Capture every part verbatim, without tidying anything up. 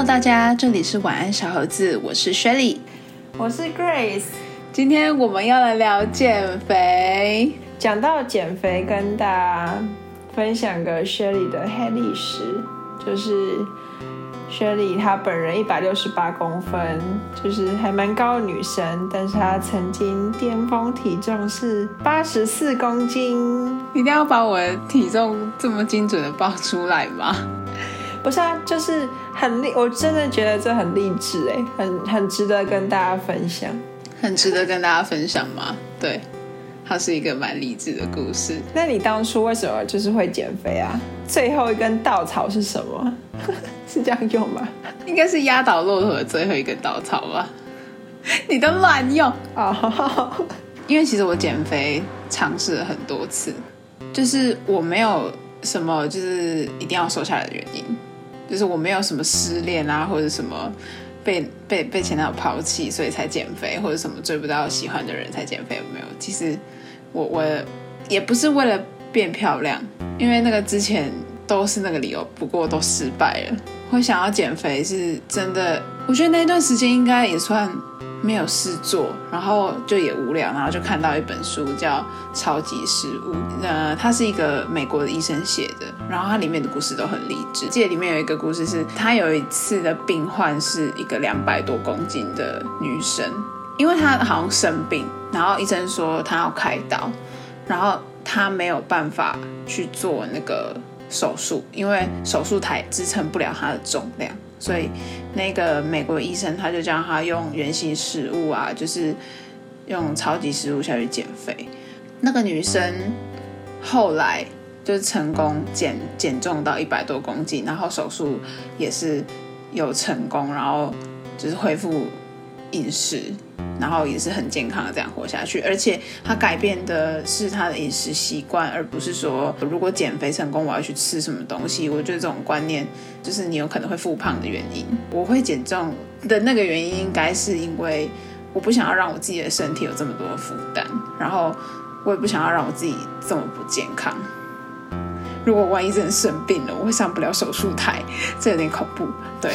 大家，这里是晚安小盒子，我是 Shelly， 我是 Grace。 今天我们要来聊减肥。 讲到减肥，跟大家分享个 Shelly 的黑历史，就是 Shelly 她本人一百六十八公分，就是还蛮高的女生，但是她曾经巅峰体重是八十四公斤。 一定要把我的体重这么精准的报出来吗？ 不是啊，就是很励，我真的觉得这很励志哎，很很值得跟大家分享。 很值得跟大家分享吗？对，它是一个蛮励志的故事。 那你当初为什么就是会减肥啊？最后一根稻草是什么？是这样用吗？ 应该是压倒骆驼的最后一根稻草吧。你都乱用啊！ oh. 因为其实我减肥尝试了很多次，就是我没有什么就是一定要瘦下来的原因，就是我没有什么失恋啊，或者什么被被被前男友抛弃所以才减肥，或者什么追不到喜欢的人才减肥，有没有？其实我我也不是为了变漂亮，因为那个之前都是那个理由，不过都失败了。会想要减肥是真的，我觉得那段时间应该也算没有事做，然后就也无聊，然后就看到一本书叫《超级食物》，呃，它是一个美国的医生写的，然后它里面的故事都很励志。记得里面有一个故事是，他有一次的病患是一个两百多公斤的女生，因为她好像生病，然后医生说她要开刀，然后她没有办法去做那个手术，因为手术台支撑不了她的重量。所以那个美国医生他就叫他用原型食物啊，就是用超级食物下去减肥。那个女生后来就是成功减减重到一百多公斤，然后手术也是有成功，然后就是恢复饮食，然后也是很健康的这样活下去。而且她改变的是她的饮食习惯，而不是说如果减肥成功我要去吃什么东西。我觉得这种观念就是你有可能会复胖的原因。我会减重的那个原因应该是因为我不想要让我自己的身体有这么多的负担，然后我也不想要让我自己这么不健康。如果万一真的生病了，我会上不了手术台，这有点恐怖。对，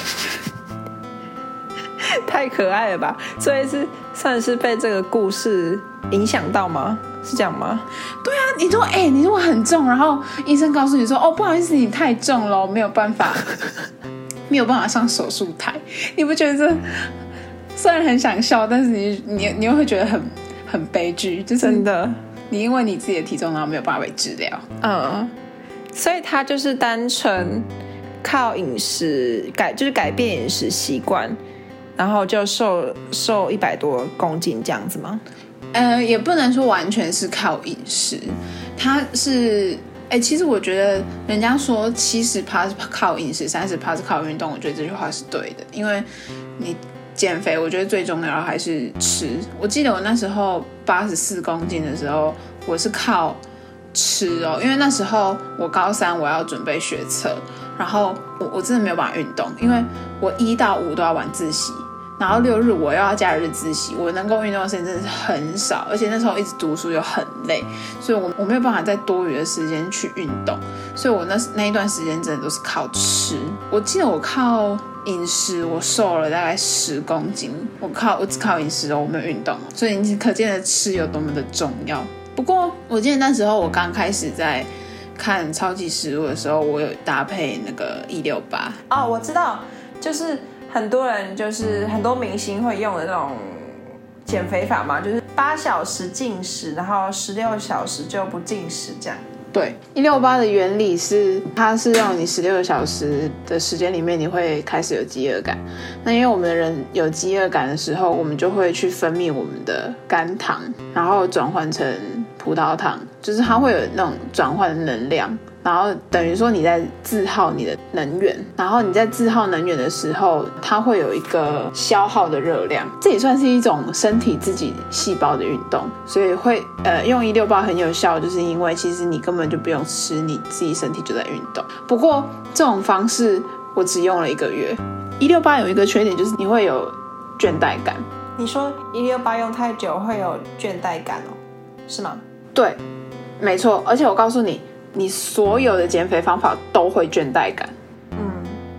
太可爱了吧！所以是算是被这个故事影响到吗？是这样吗？ 对啊，你如果哎、欸，你如果很重，然后医生告诉你说，哦，不好意思，你太重了，没有办法，没有办法上手术台，你不觉得这虽然很想笑，但是你你你又会觉得很很悲剧，就是真的， 你因为你自己的体重，然后没有办法被治疗。 嗯，所以他就是单纯靠饮食改，就是改变饮食习惯。然后就瘦瘦一百多公斤这样子吗？ 呃，也不能说完全是靠饮食，它是，哎，其实我觉得人家说七十趴是靠饮食，三十趴是靠运动，我觉得这句话是对的，因为你减肥，我觉得最重要的还是吃。我记得我那时候八十四公斤的时候，我是靠吃哦，因为那时候我高三我要准备学测，然后我我真的没有办法运动，因为我一到五都要晚自习，然后六日我又要假日自习，我能够运动的时间真的是很少，而且那时候一直读书又很累，所以我我没有办法在多余的时间去运动，所以我那那一段时间真的都是靠吃。我记得我靠饮食我瘦了大概十公斤，我靠我只靠饮食哦，我没有运动，所以你可见的吃有多么的重要。不过我记得那时候我刚开始在看超级食物的时候，我有搭配那个一六八。 哦，我知道，就是很多人就是很多明星会用的那种减肥法嘛，就是八小时进食，然后十六小时就不进食这样。 对，一六八的原理是，它是让你十六个小时的时间里面，你会开始有饥饿感。那因为我们的人有饥饿感的时候，我们就会去分泌我们的肝糖，然后转换成葡萄糖，就是它会有那种转换的能量。然后等于说你在自耗你的能源，然后你在自耗能源的时候，它会有一个消耗的热量，这也算是一种身体自己细胞的运动，所以会呃用一六八很有效，就是因为其实你根本就不用吃，你自己身体就在运动。不过这种方式我只用了一个月。一六八有一个缺点，就是你会有倦怠感。 你说一六八用太久会有倦怠感哦，是吗？ 对，没错，而且我告诉你，你所有的减肥方法都会倦怠感。 嗯，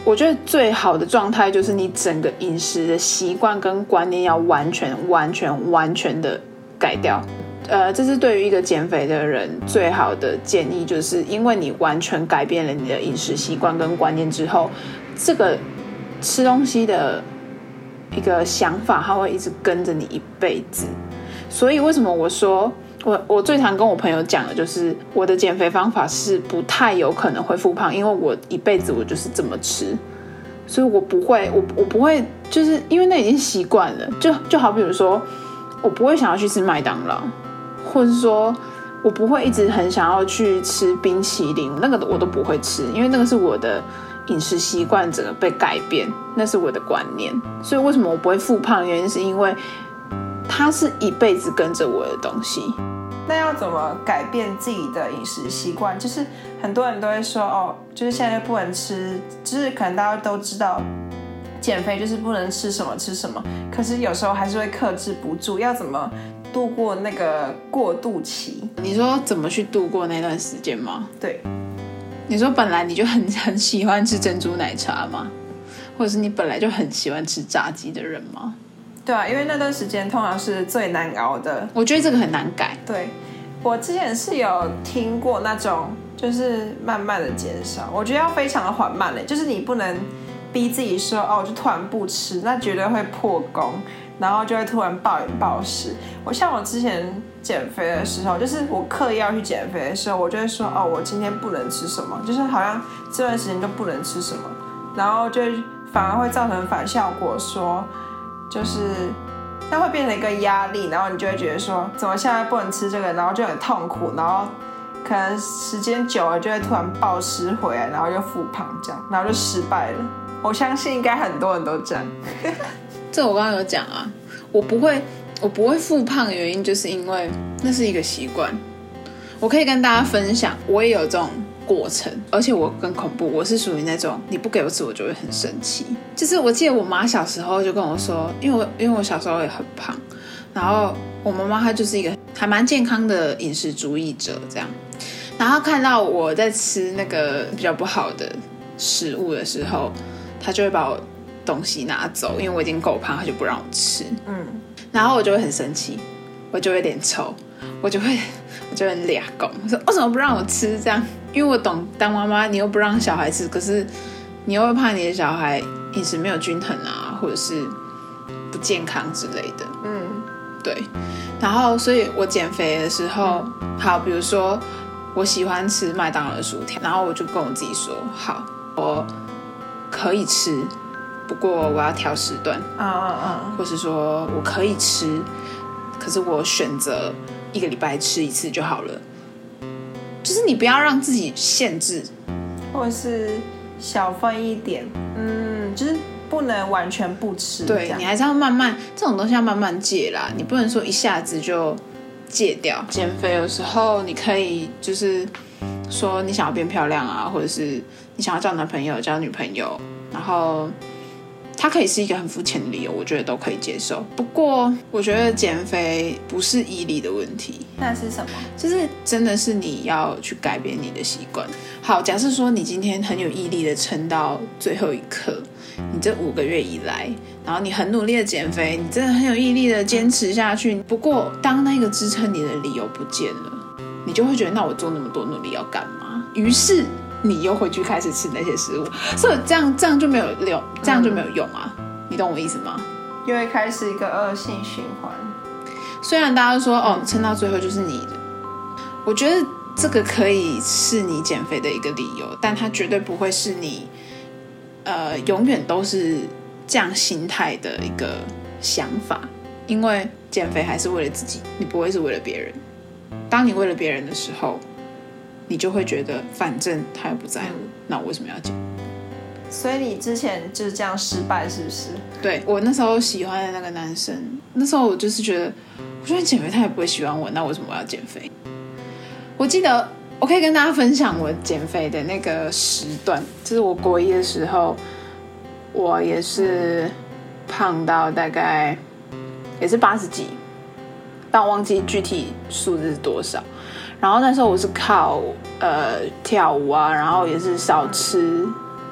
我觉得最好的状态就是你整个饮食的习惯跟观念要完全完全完全的改掉。呃，这是对于一个减肥的人最好的建议，就是因为你完全改变了你的饮食习惯跟观念之后，这个吃东西的一个想法它会一直跟着你一辈子。所以为什么我说我我最常跟我朋友讲的就是我的减肥方法是不太有可能会复胖，因为我一辈子我就是这么吃，所以我不会我我不会就是因为那已经习惯了，就就好比如说我不会想要去吃麦当劳，或者是说我不会一直很想要去吃冰淇淋，那个我都不会吃，因为那个是我的饮食习惯整个被改变，那是我的观念。所以为什么我不会复胖的原因是因为它是一辈子跟着我的东西。 那要怎么改变自己的饮食习惯？就是很多人都会说哦，就是现在不能吃，就是可能大家都知道减肥就是不能吃什么吃什么，可是有时候还是会克制不住。要怎么度过那个过渡期？ 你说怎么去度过那段时间吗？ 对， 你说本来你就很很喜欢吃珍珠奶茶吗？或者是你本来就很喜欢吃炸鸡的人吗？ 对啊，因为那段时间通常是最难熬的。 我觉得这个很难改。 对，我之前是有听过那种就是慢慢的减少，我觉得要非常的缓慢的，就是你不能逼自己说哦，就突然不吃，那绝对会破功，然后就会突然暴饮暴食。我像我之前减肥的时候，就是我刻意要去减肥的时候，我就会说哦，我今天不能吃什么，就是好像这段时间都不能吃什么，然后就反而会造成反效果，说就是那会变成一个压力，然后你就会觉得说怎么现在不能吃这个，然后就很痛苦，然后可能时间久了就会突然暴食回来，然后就复胖这样，然后就失败了。我相信应该很多人都这样。 这我刚刚有讲啊，我不会我不会复胖的原因就是因为那是一个习惯。我可以跟大家分享，我也有这种过程，而且我更恐怖，我是属于那种你不给我吃我就会很生气。就是我记得我妈小时候就跟我说，因为我因为我小时候也很胖，然后我妈妈她就是一个还蛮健康的饮食主义者这样，然后看到我在吃那个比较不好的食物的时候，她就会把我东西拿走，因为我已经够胖，她就不让我吃。嗯，然后我就会很生气，我就会脸臭，我就会我就会俩拱，我说为什么不让我吃这样？因为我懂当妈妈，你又不让小孩吃，可是你又会怕你的小孩饮食没有均衡啊，或者是不健康之类的。嗯，对。然后，所以我减肥的时候，嗯、好，比如说我喜欢吃麦当劳的薯条，然后我就跟我自己说，好，我可以吃，不过我要挑时段。嗯嗯嗯。或是说我可以吃，可是我选择一个礼拜吃一次就好了。就是你不要让自己限制， 或者是小分一点，嗯，就是不能完全不吃。 对，你还是要慢慢，这种东西要慢慢戒啦，你不能说一下子就戒掉。减肥有时候你可以就是说你想要变漂亮啊，或者是你想要交男朋友、交女朋友，然后它可以是一个很肤浅的理由，我觉得都可以接受。不过我觉得减肥不是毅力的问题。 那是什么？ 就是真的是你要去改变你的习惯。好，假设说你今天很有毅力的撑到最后一刻，你这五个月以来，然后你很努力的减肥，你真的很有毅力的坚持下去。不过当那个支撑你的理由不见了，你就会觉得那我做那么多努力要干嘛？于是你又回去开始吃那些食物，所以这样这样就没有用，这样就没有用啊！嗯、你懂我意思吗？ 又会开始一个恶性循环。 虽然大家说哦，撑到最后就是你的，我觉得这个可以是你减肥的一个理由，但它绝对不会是你呃永远都是这样心态的一个想法，因为减肥还是为了自己，你不会是为了别人。当你为了别人的时候，你就会觉得反正他又不在乎，嗯、那我为什么要减？ 所以你之前就是这样失败是不是？ 对，我那时候喜欢的那个男生，那时候我就是觉得我觉得减肥他也不会喜欢我，那为什么我要减肥？我记得我可以跟大家分享我减肥的那个时段，就是我国一的时候，我也是胖到大概也是八十几，但我忘记具体数字是多少。然后那时候我是靠呃跳舞啊，然后也是少吃，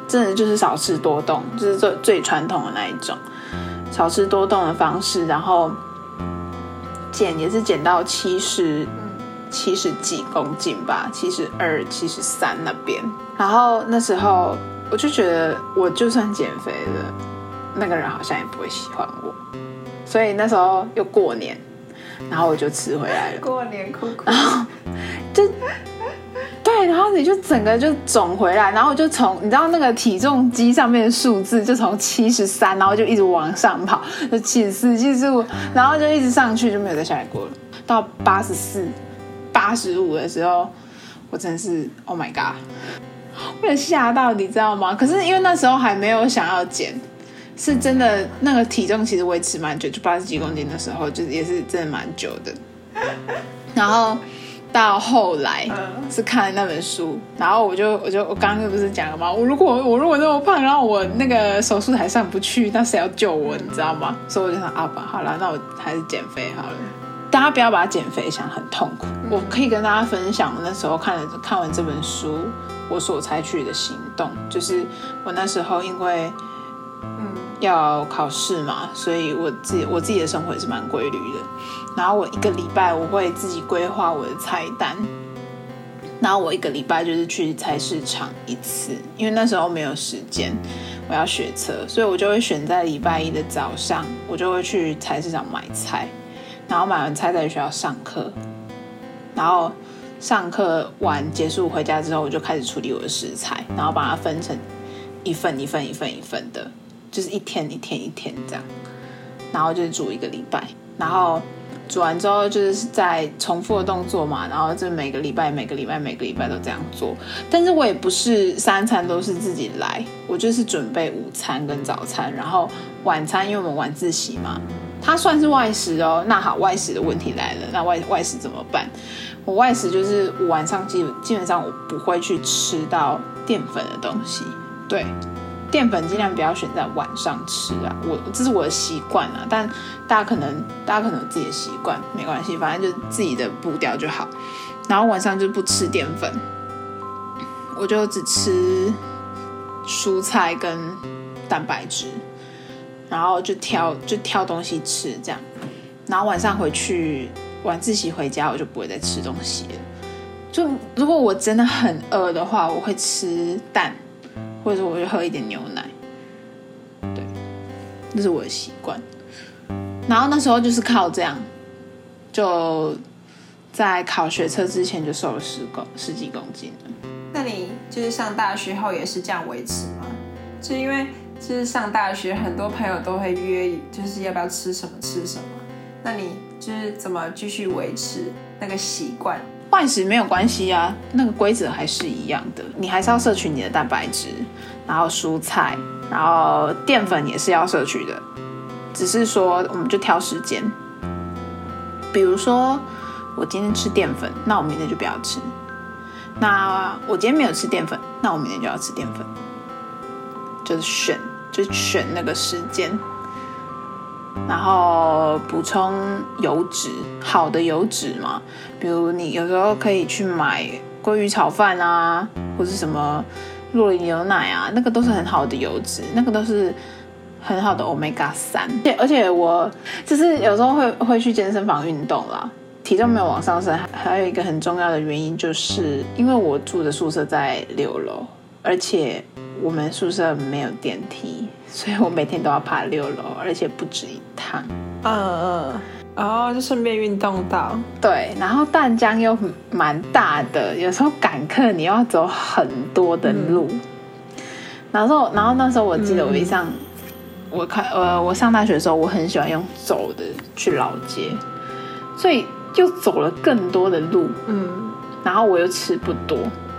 真的就是少吃多动，就是最最传统的那一种少吃多动的方式，然后减也是减到七十七十几公斤吧，七十二、七十三那边。然后那时候我就觉得，我就算减肥了，那个人好像也不会喜欢我，所以那时候又过年，然后我就吃回来了。 过年哭哭， 然后就对，然后你就整个就肿回来，然后就从你知道那个体重机上面的数字就从七十三，然后就一直往上跑，就七十四、七十五，然后就一直上去，就没有再下来过了。到八十四、八十五的时候，我真的是 Oh my God， 我有吓到，你知道吗？可是因为那时候还没有想要减，是真的那个体重其实维持蛮久，就八十几公斤的时候，就也是真的蛮久的。然后到后来是看了那本书，然后我就我就我刚刚不是讲了吗？我如果我如果那么胖，然后我那个手术台上不去，那谁要救我？你知道吗？所以我就想啊，好了，那我还是减肥好了。大家不要把减肥想很痛苦。我可以跟大家分享，我那时候看了看完这本书，我所采取的行动，就是我那时候因为要考试嘛，所以我自己我自己的生活也是蛮规律的。然后我一个礼拜我会自己规划我的菜单，然后我一个礼拜就是去菜市场一次，因为那时候没有时间，我要学车，所以我就会选在礼拜一的早上，我就会去菜市场买菜，然后买完菜再去学校上课，然后上课完结束回家之后，我就开始处理我的食材，然后把它分成一份一份一份一份的，就是一天一天一天这样，然后就是煮一个礼拜，然后煮完之后就是在重复的动作嘛，然后就每个礼拜每个礼拜每个礼拜都这样做。但是我也不是三餐都是自己来，我就是准备午餐跟早餐，然后晚餐因为我们晚自习嘛，它算是外食哦。那好，外食的问题来了，那外外食怎么办？我外食就是我晚上基本基本上我不会去吃到淀粉的东西，对。淀粉尽量不要选在晚上吃啊，我这是我的习惯啊，但大家可能大家可能有自己的习惯，没关系，反正就自己的步调就好。然后晚上就不吃淀粉，我就只吃蔬菜跟蛋白质，然后就挑就挑东西吃这样。然后晚上回去晚自习回家，我就不会再吃东西了。就如果我真的很饿的话，我会吃蛋。或者说我就喝一点牛奶，对，这是我的习惯。然后那时候就是靠这样，就在考学测之前就瘦了十公十几公斤了。 那你就是上大学后也是这样维持吗？就因为就是上大学，很多朋友都会约，就是要不要吃什么吃什么。那你就是怎么继续维持那个习惯？ 外食没有关系啊，那个规则还是一样的，你还是要摄取你的蛋白质，然后蔬菜，然后淀粉也是要摄取的，只是说我们就挑时间，比如说我今天吃淀粉，那我明天就不要吃，那我今天没有吃淀粉，那我明天就要吃淀粉，就是选就是选那个时间，然后补充油脂，好的油脂嘛，比如你有时候可以去买鲑鱼炒饭啊，或是什么酪梨牛奶啊，那个都是很好的油脂，那个都是很好的 omega 三。而且我就是有时候会会去健身房运动啦，体重没有往上升，还有一个很重要的原因就是因为我住的宿舍在六楼，而且我们宿舍没有电梯，所以我每天都要爬六楼，而且不止一趟。 嗯嗯，然后就顺便运动到。 对，然后淡江又蛮大的，有时候赶课你要走很多的路。嗯、然后，然后那时候我记得我一上，嗯、我看呃我上大学的时候，我很喜欢用走的去老街，所以又走了更多的路。嗯，然后我又吃不多。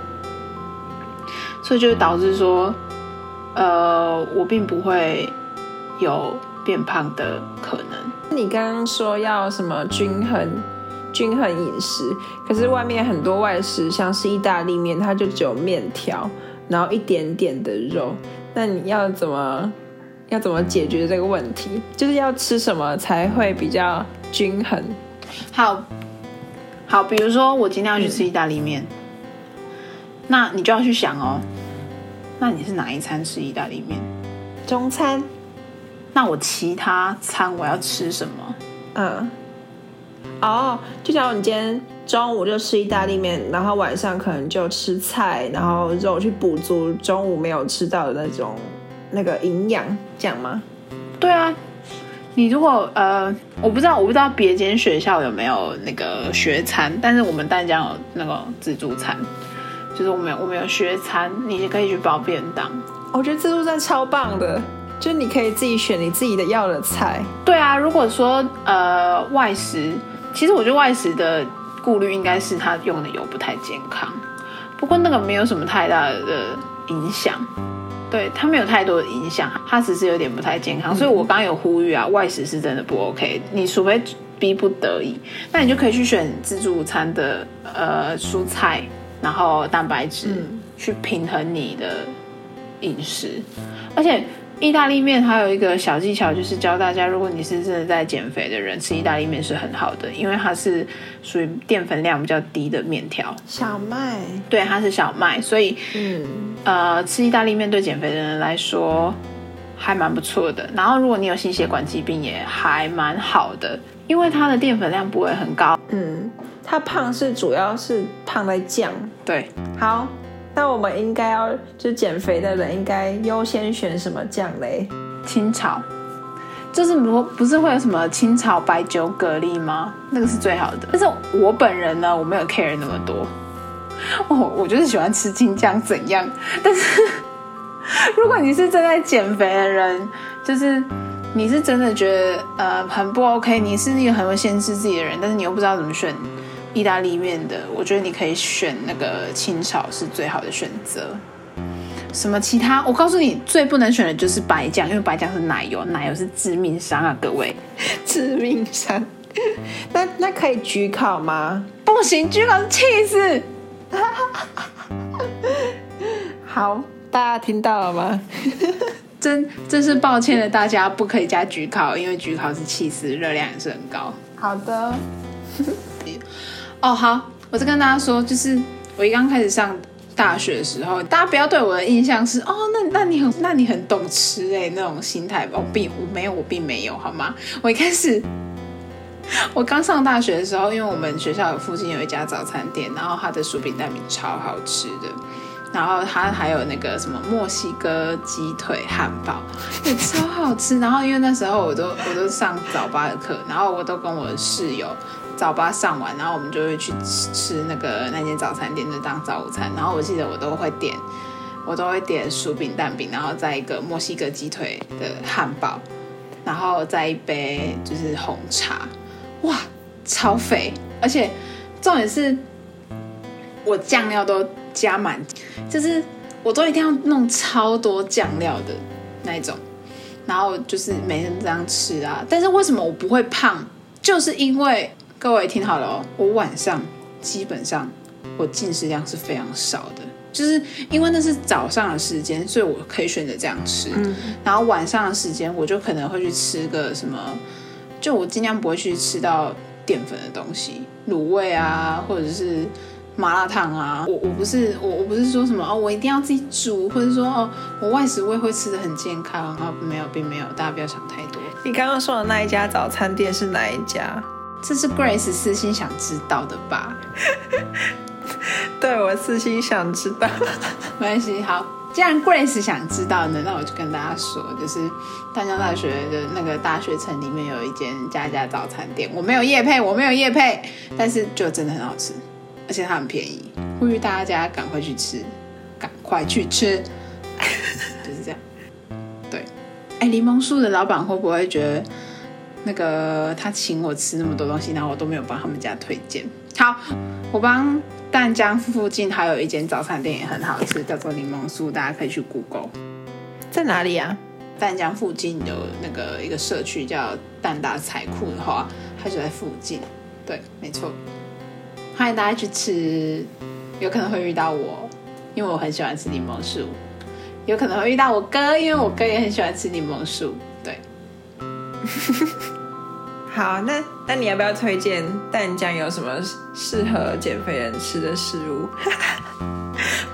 所以就导致说，呃，我并不会有变胖的可能。 你刚刚说要什么均衡、均衡饮食，可是外面很多外食，像是意大利面，它就只有面条，然后一点点的肉。那你要怎么要怎么解决这个问题？就是要吃什么才会比较均衡？ 好，好，比如说我今天要去吃意大利面。嗯，那你就要去想哦， 那你是哪一餐吃意大利面？ 中餐。 那我其他餐我要吃什么？ 嗯，哦，就假如你今天中午就吃意大利面，然后晚上可能就吃菜，然后肉去补足中午没有吃到的那种那个营养，这样吗？ 对啊，你如果呃，我不知道，我不知道别间学校有没有那个学餐，但是我们淡江有那个自助餐，就是我们有我们有学餐，你也可以去包便当。 我觉得自助餐超棒的。就是你可以自己选你自己的要的菜。 对啊，如果说呃外食，其实我觉得外食的顾虑应该是它用的油不太健康，不过那个没有什么太大的影响，对，它没有太多的影响，它只是有点不太健康。所以我刚刚有呼吁啊，外食是真的不 OK， 你除非逼不得已，那你就可以去选自助餐的呃蔬菜，然后蛋白质、嗯、去平衡你的饮食，而且。意大利面还有一个小技巧，就是教大家，如果你是真的在减肥的人，吃意大利面是很好的，因为它是属于淀粉量比较低的面条。 小麦， 对，它是小麦，所以嗯，呃，吃意大利面对减肥的人来说还蛮不错的。然后，如果你有心血管疾病，也还蛮好的，因为它的淀粉量不会很高。 嗯，它胖是主要是胖在酱。 对， 好。那我们应该要就减肥的人应该优先选什么酱嘞？ 清炒，就是不不是会有什么清炒白酒蛤蜊吗？那个是最好的。但是我本人呢，我没有 care 那么多，我我就是喜欢吃青酱怎样？但是如果你是正在减肥的人，就是你是真的觉得呃很不 OK， 你是一个很会限制自己的人，但是你又不知道怎么选。意大利面的，我觉得你可以选那个清炒是最好的选择。什么其他？我告诉你，最不能选的就是白酱，因为白酱是奶油，奶油是致命伤啊，各位， 致命伤。那那可以焗烤吗？ 不行，焗烤是气死。 好，大家听到了吗？ 真真是抱歉了，大家不可以加焗烤，因为焗烤是气死，热量也是很高。 好的。 哦，好，我再跟大家说，就是我一刚开始上大学的时候，大家不要对我的印象是哦，那那你很那你很懂吃哎、欸、那种心态，我并我没有我并没有好吗？我一开始我刚上大学的时候，因为我们学校有附近有一家早餐店，然后它的薯饼蛋饼超好吃的，然后它还有那个什么墨西哥鸡腿汉堡也超好吃，然后因为那时候我都我都上早八的课，然后我都跟我的室友。早八上完，然后我们就会去吃吃那个那间早餐店，就当早午餐。然后我记得我都会点，我都会点薯饼蛋饼，然后再一个墨西哥鸡腿的汉堡，然后再一杯就是红茶，哇，超肥！而且重点是，我酱料都加满，就是我都一定要弄超多酱料的那一种，然后就是每天这样吃啊。但是为什么我不会胖？就是因为。各位听好了哦，我晚上基本上我进食量是非常少的，就是因为那是早上的时间，所以我可以选择这样吃。嗯、然后晚上的时间我就可能会去吃个什么，就我尽量不会去吃到淀粉的东西，卤味啊，或者是麻辣烫啊。我我不是我我不是说什么哦，我一定要自己煮，或者说哦，我外食我也会吃得很健康啊，没有，并没有，大家不要想太多。 你刚刚说的那一家早餐店是哪一家？ 这是 Grace 私心想知道的吧？ 对，我私心想知道。 没关系，好，既然 Grace 想知道呢，那我就跟大家说，就是淡江大学的那个大学城里面有一间家家早餐店，我没有业配，我没有业配，但是就真的很好吃，而且它很便宜，呼吁大家赶快去吃，赶快去吃，就是这样。对，哎，柠檬树的老板会不会觉得？那个他请我吃那么多东西，然后我都没有帮他们家推荐。好，我帮淡江附近还有一间早餐店也很好吃，叫做柠檬树，大家可以去 Google。 在哪里啊？ 淡江附近有那个一个社区叫淡大财库的话，它就在附近。对，没错，欢迎大家去吃。有可能会遇到我，因为我很喜欢吃柠檬树；有可能会遇到我哥，因为我哥也很喜欢吃柠檬树。对。 好，那那你要不要推荐淡江有什么适合减肥人吃的食物？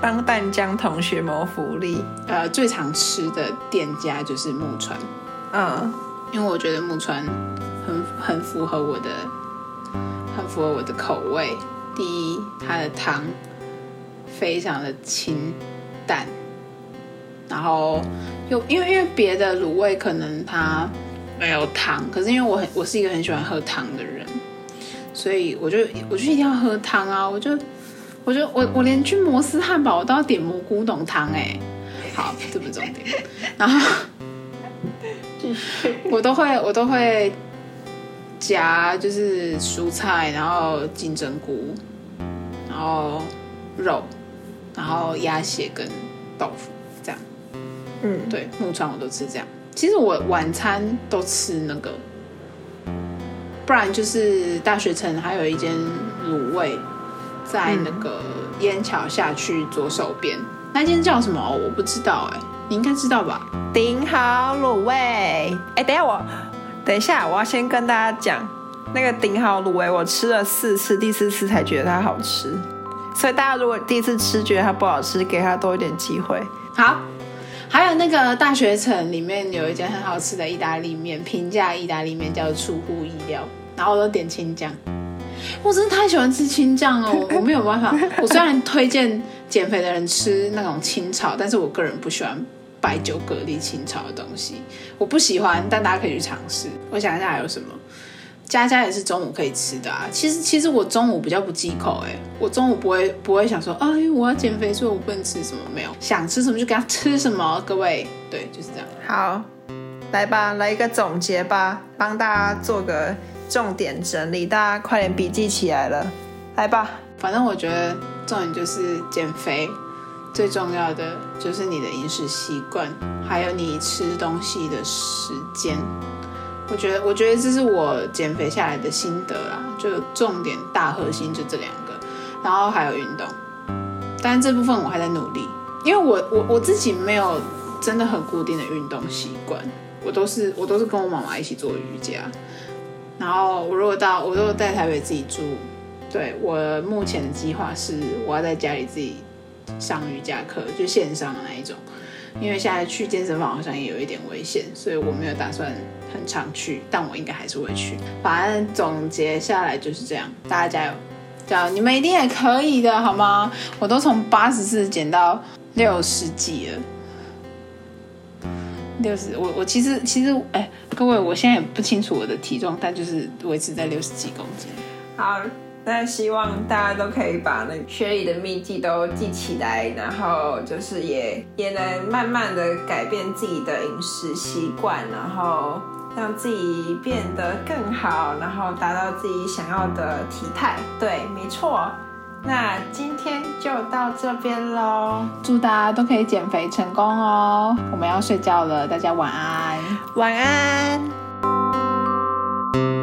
帮淡江同学谋福利。 呃，最常吃的店家就是木川， 嗯， 因为我觉得木川很很符合我的，很符合我的口味。第一，它的汤非常的清淡，然后又因为因为别的卤味可能它没有汤，可是因为我很我是一个很喜欢喝汤的人，所以我就我就一定要喝汤啊！我就我就我我连去摩斯汉堡我都要点蘑菇浓汤哎、欸。好，这不是重点。然后继续， 我都会我都会夹就是蔬菜，然后金针菇，然后肉，然后鸭血跟豆腐这样。 嗯， 对，木川我都吃这样。其实我晚餐都吃那个，不然就是大学城还有一间卤味，在那个烟桥下去左手边，嗯、那间叫什么、哦？我不知道哎、欸，你应该知道吧？ 顶好卤味。哎，等一下我，等一下我要先跟大家讲，那个顶好卤味我吃了四次，第四次才觉得它好吃。所以大家如果第一次吃觉得它不好吃，给它多一点机会。 好。还有那个大学城里面有一间很好吃的意大利面，平价意大利面叫做出乎意料，然后我都点青酱。我真的太喜欢吃青酱了，我没有办法。我虽然推荐减肥的人吃那种清炒，但是我个人不喜欢白酒蛤蜊清炒的东西，我不喜欢，但大家可以去尝试。我想一下还有什么。家家也是中午可以吃的啊。其实其实我中午比较不忌口哎、欸，我中午不会不会想说啊，因为我要减肥，所以我不能吃什么，没有，想吃什么就给他吃什么。各位，对，就是这样。 好，来吧，来一个总结吧，帮大家做个重点整理，大家快点笔记起来了，来吧。 反正我觉得重点就是减肥，最重要的就是你的饮食习惯，还有你吃东西的时间。我觉得，我觉得这是我减肥下来的心得啦，就重点大核心就这两个，然后还有运动，但是这部分我还在努力，因为我我我自己没有真的很固定的运动习惯，我都是我都是跟我妈妈一起做瑜伽，然后我如果到我如果在台北自己住，对，我目前的计划是我要在家里自己上瑜伽课，就线上的那一种。因为现在去健身房好像也有一点危险，所以我没有打算很常去，但我应该还是会去。反正总结下来就是这样，大家加油，加油！你们一定也可以的，好吗？我都从八十四减到六十几了，六十，我我其实其实哎，各位，我现在也不清楚我的体重，但就是维持在六十几公斤。 好。那希望大家都可以把那雪里的秘籍都记起来，然后就是也也能慢慢的改变自己的饮食习惯，然后让自己变得更好，然后达到自己想要的体态。对，没错。那今天就到这边咯， 祝大家都可以减肥成功哦！我们要睡觉了，大家晚安， 晚安。